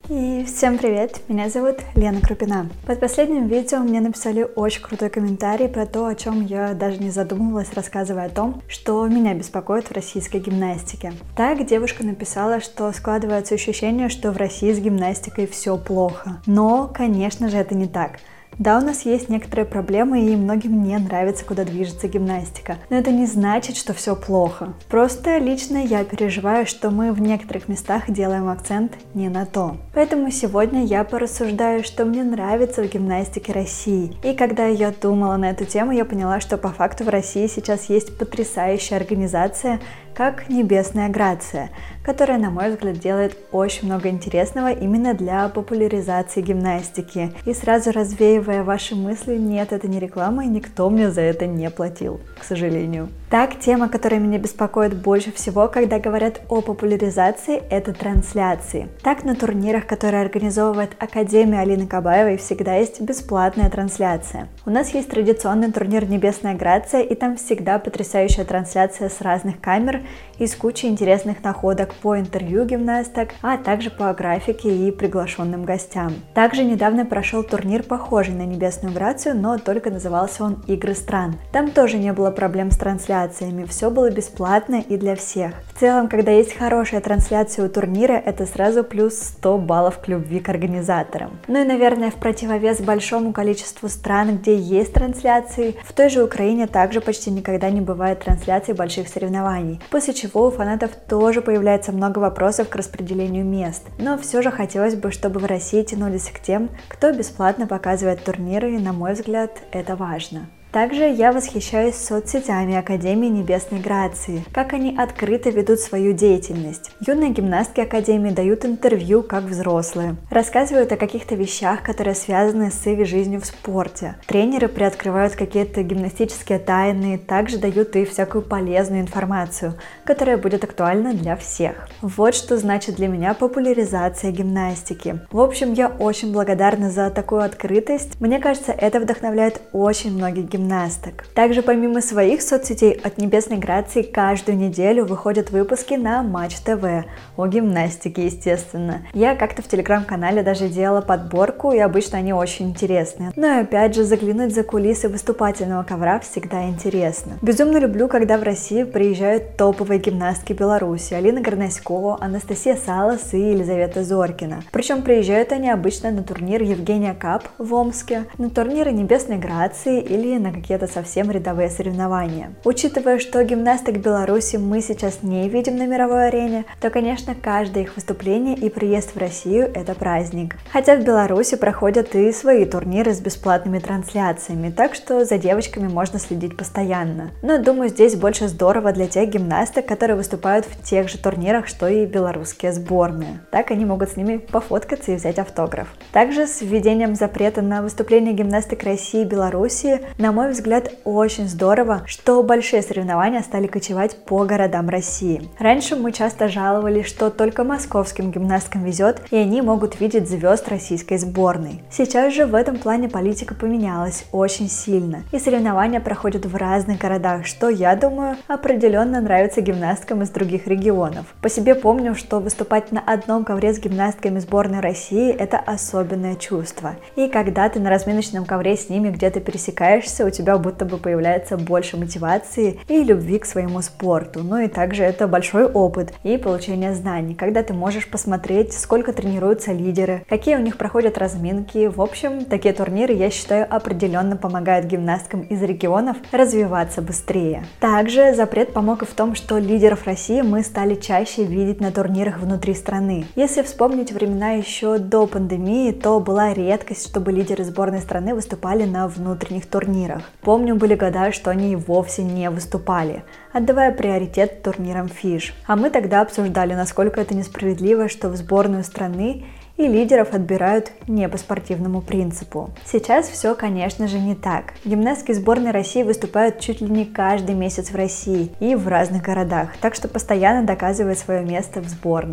И всем привет, меня зовут Лена Крупина. Под последним видео мне написали очень крутой комментарий про то, о чем я даже не задумывалась, рассказывая о том, что меня беспокоит в российской гимнастике. Так девушка написала, что складывается ощущение, что в России с гимнастикой все плохо. Но, конечно же, это не так. Да, у нас есть некоторые проблемы, и многим не нравится, куда движется гимнастика. Но это не значит, что все плохо. Просто лично я переживаю, что мы в некоторых местах делаем акцент не на то. Поэтому сегодня я порассуждаю, что мне нравится в гимнастике России. И когда я думала на эту тему, я поняла, что по факту в России сейчас есть потрясающая организация, как Небесная Грация, которая, на мой взгляд, делает очень много интересного именно для популяризации гимнастики. И сразу развеивая ваши мысли, нет, это не реклама, и никто мне за это не платил, к сожалению. Так, тема, которая меня беспокоит больше всего, когда говорят о популяризации, это трансляции. Так, на турнирах, которые организовывает Академия Алины Кабаевой, всегда есть бесплатная трансляция. У нас есть традиционный турнир Небесная Грация, и там всегда потрясающая трансляция с разных камер и с кучей интересных находок по интервью гимнасток, а также по графике и приглашенным гостям. Также недавно прошел турнир, похожий на Небесную Грацию, но только назывался он «Игры стран». Там тоже не было проблем с трансляциями, все было бесплатно и для всех. В целом, когда есть хорошая трансляция у турнира, это сразу плюс 100 баллов к любви к организаторам. Ну и, наверное, в противовес большому количеству стран, где есть трансляции, в той же Украине также почти никогда не бывает трансляций больших соревнований, после чего у фанатов тоже появляется много вопросов к распределению мест. Но все же хотелось бы, чтобы в России тянулись к тем, кто бесплатно показывает турниры, и, на мой взгляд, это важно. Также я восхищаюсь соцсетями Академии Небесной Грации, как они открыто ведут свою деятельность. Юные гимнастки Академии дают интервью как взрослые, рассказывают о каких-то вещах, которые связаны с их жизнью в спорте. Тренеры приоткрывают какие-то гимнастические тайны, также дают и всякую полезную информацию, которая будет актуальна для всех. Вот что значит для меня популяризация гимнастики. В общем, я очень благодарна за такую открытость. Мне кажется, это вдохновляет очень многих гимнасток. Также помимо своих соцсетей от Небесной Грации каждую неделю выходят выпуски на Матч ТВ о гимнастике, естественно. Я как-то в телеграм-канале даже делала подборку, и обычно они очень интересные. Но и опять же, заглянуть за кулисы выступательного ковра всегда интересно. Безумно люблю, когда в Россию приезжают топовые гимнастки Беларуси: Алина Горнаськова, Анастасия Салас и Елизавета Зоркина. Причем приезжают они обычно на турнир Евгения Кап в Омске, на турниры Небесной Грации или на какие-то совсем рядовые соревнования. Учитывая, что гимнасток Беларуси мы сейчас не видим на мировой арене, то, конечно, каждое их выступление и приезд в Россию – это праздник. Хотя в Беларуси проходят и свои турниры с бесплатными трансляциями, так что за девочками можно следить постоянно. Но, думаю, здесь больше здорово для тех гимнасток, которые выступают в тех же турнирах, что и белорусские сборные. Так они могут с ними пофоткаться и взять автограф. Также с введением запрета на выступление гимнасток России и Беларуси, на мой взгляд, очень здорово, что большие соревнования стали кочевать по городам России. Раньше мы часто жаловались, что только московским гимнасткам везет, и они могут видеть звезд российской сборной. Сейчас же в этом плане политика поменялась очень сильно, и соревнования проходят в разных городах, что, я думаю, определенно нравится гимнасткам из других регионов. По себе помню, что выступать на одном ковре с гимнастками сборной России – это особенное чувство. И когда ты на разминочном ковре с ними где-то пересекаешься, у тебя будто бы появляется больше мотивации и любви к своему спорту. Ну и также это большой опыт и получение знаний, когда ты можешь посмотреть, сколько тренируются лидеры, какие у них проходят разминки. В общем, такие турниры, я считаю, определенно помогают гимнасткам из регионов развиваться быстрее. Также запрет помог и в том, что лидеров России мы стали чаще видеть на турнирах внутри страны. Если вспомнить времена еще до пандемии, то была редкость, чтобы лидеры сборной страны выступали на внутренних турнирах. Помню, были года, что они вовсе не выступали, отдавая приоритет турнирам фиш. А мы тогда обсуждали, насколько это несправедливо, что в сборную страны и лидеров отбирают не по спортивному принципу. Сейчас все, конечно же, не так. Гимнастки сборной России выступают чуть ли не каждый месяц в России и в разных городах, так что постоянно доказывают свое место в сборной.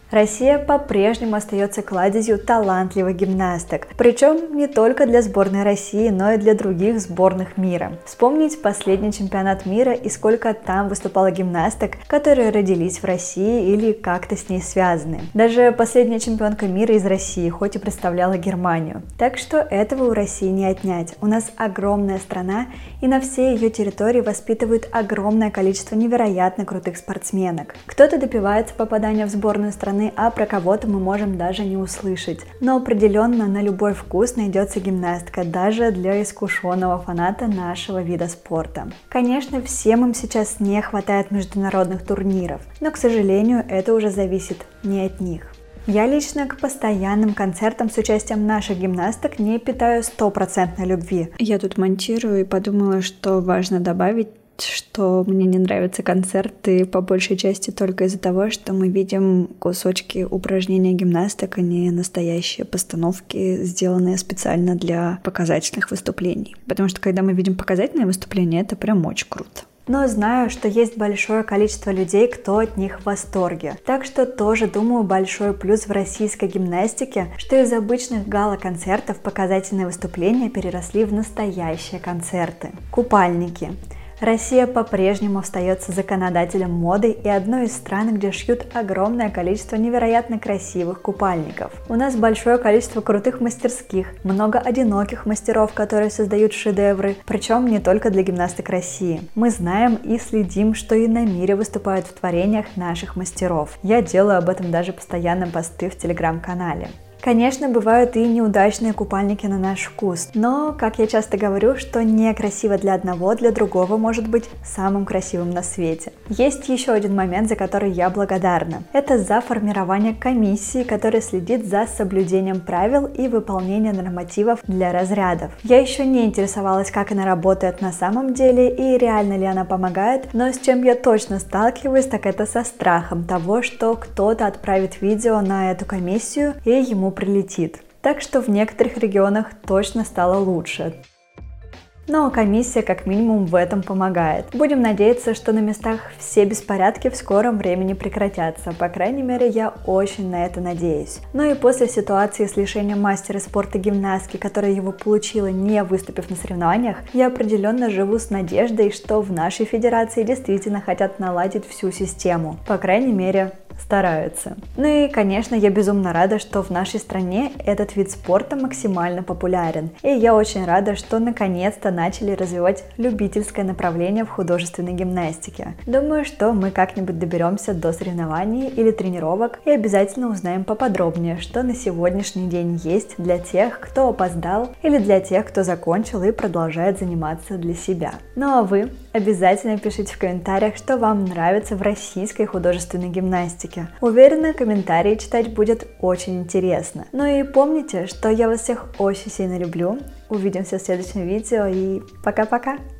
Россия по-прежнему остается кладезью талантливых гимнасток, причем не только для сборной России, но и для других сборных мира. Вспомнить последний чемпионат мира и сколько там выступало гимнасток, которые родились в России или как-то с ней связаны. Даже последняя чемпионка мира из России, хоть и представляла Германию. Так что этого у России не отнять. У нас огромная страна, и на всей ее территории воспитывают огромное количество невероятно крутых спортсменок. Кто-то добивается попадания в сборную страны, а про кого-то мы можем даже не услышать. Но определенно на любой вкус найдется гимнастка, даже для искушенного фаната нашего вида спорта. Конечно, всем им сейчас не хватает международных турниров, но, к сожалению, это уже зависит не от них. Я лично к постоянным концертам с участием наших гимнасток не питаю 100% любви. Я тут монтирую и подумала, что важно добавить, что мне не нравятся концерты по большей части только из-за того, что мы видим кусочки упражнения гимнасток, а не настоящие постановки, сделанные специально для показательных выступлений. Потому что когда мы видим показательные выступления, это прям очень круто. Но знаю, что есть большое количество людей, кто от них в восторге. Так что тоже думаю, большой плюс в российской гимнастике, что из обычных гала-концертов показательные выступления переросли в настоящие концерты. Купальники. Россия по-прежнему остается законодателем моды и одной из стран, где шьют огромное количество невероятно красивых купальников. У нас большое количество крутых мастерских, много одиноких мастеров, которые создают шедевры, причем не только для гимнасток России. Мы знаем и следим, что и на мире выступают в творениях наших мастеров. Я делаю об этом даже постоянно посты в телеграм-канале. Конечно, бывают и неудачные купальники на наш вкус, но, как я часто говорю, что некрасиво для одного, для другого может быть самым красивым на свете. Есть еще один момент, за который я благодарна. Это за формирование комиссии, которая следит за соблюдением правил и выполнением нормативов для разрядов. Я еще не интересовалась, как она работает на самом деле и реально ли она помогает, но с чем я точно сталкиваюсь, так это со страхом того, что кто-то отправит видео на эту комиссию и ему прилетит. Так что в некоторых регионах точно стало лучше. Но комиссия как минимум в этом помогает. Будем надеяться, что на местах все беспорядки в скором времени прекратятся. По крайней мере, я очень на это надеюсь. Ну и после ситуации с лишением мастера спорта гимнастки, которая его получила, не выступив на соревнованиях, я определенно живу с надеждой, что в нашей федерации действительно хотят наладить всю систему. По крайней мере, стараются. Ну и, конечно, я безумно рада, что в нашей стране этот вид спорта максимально популярен. И я очень рада, что наконец-то начали развивать любительское направление в художественной гимнастике. Думаю, что мы как-нибудь доберемся до соревнований или тренировок и обязательно узнаем поподробнее, что на сегодняшний день есть для тех, кто опоздал, или для тех, кто закончил и продолжает заниматься для себя. Ну а вы обязательно пишите в комментариях, что вам нравится в российской художественной гимнастике. Уверена, комментарии читать будет очень интересно. Ну и помните, что я вас всех очень сильно люблю. Увидимся в следующем видео и пока-пока!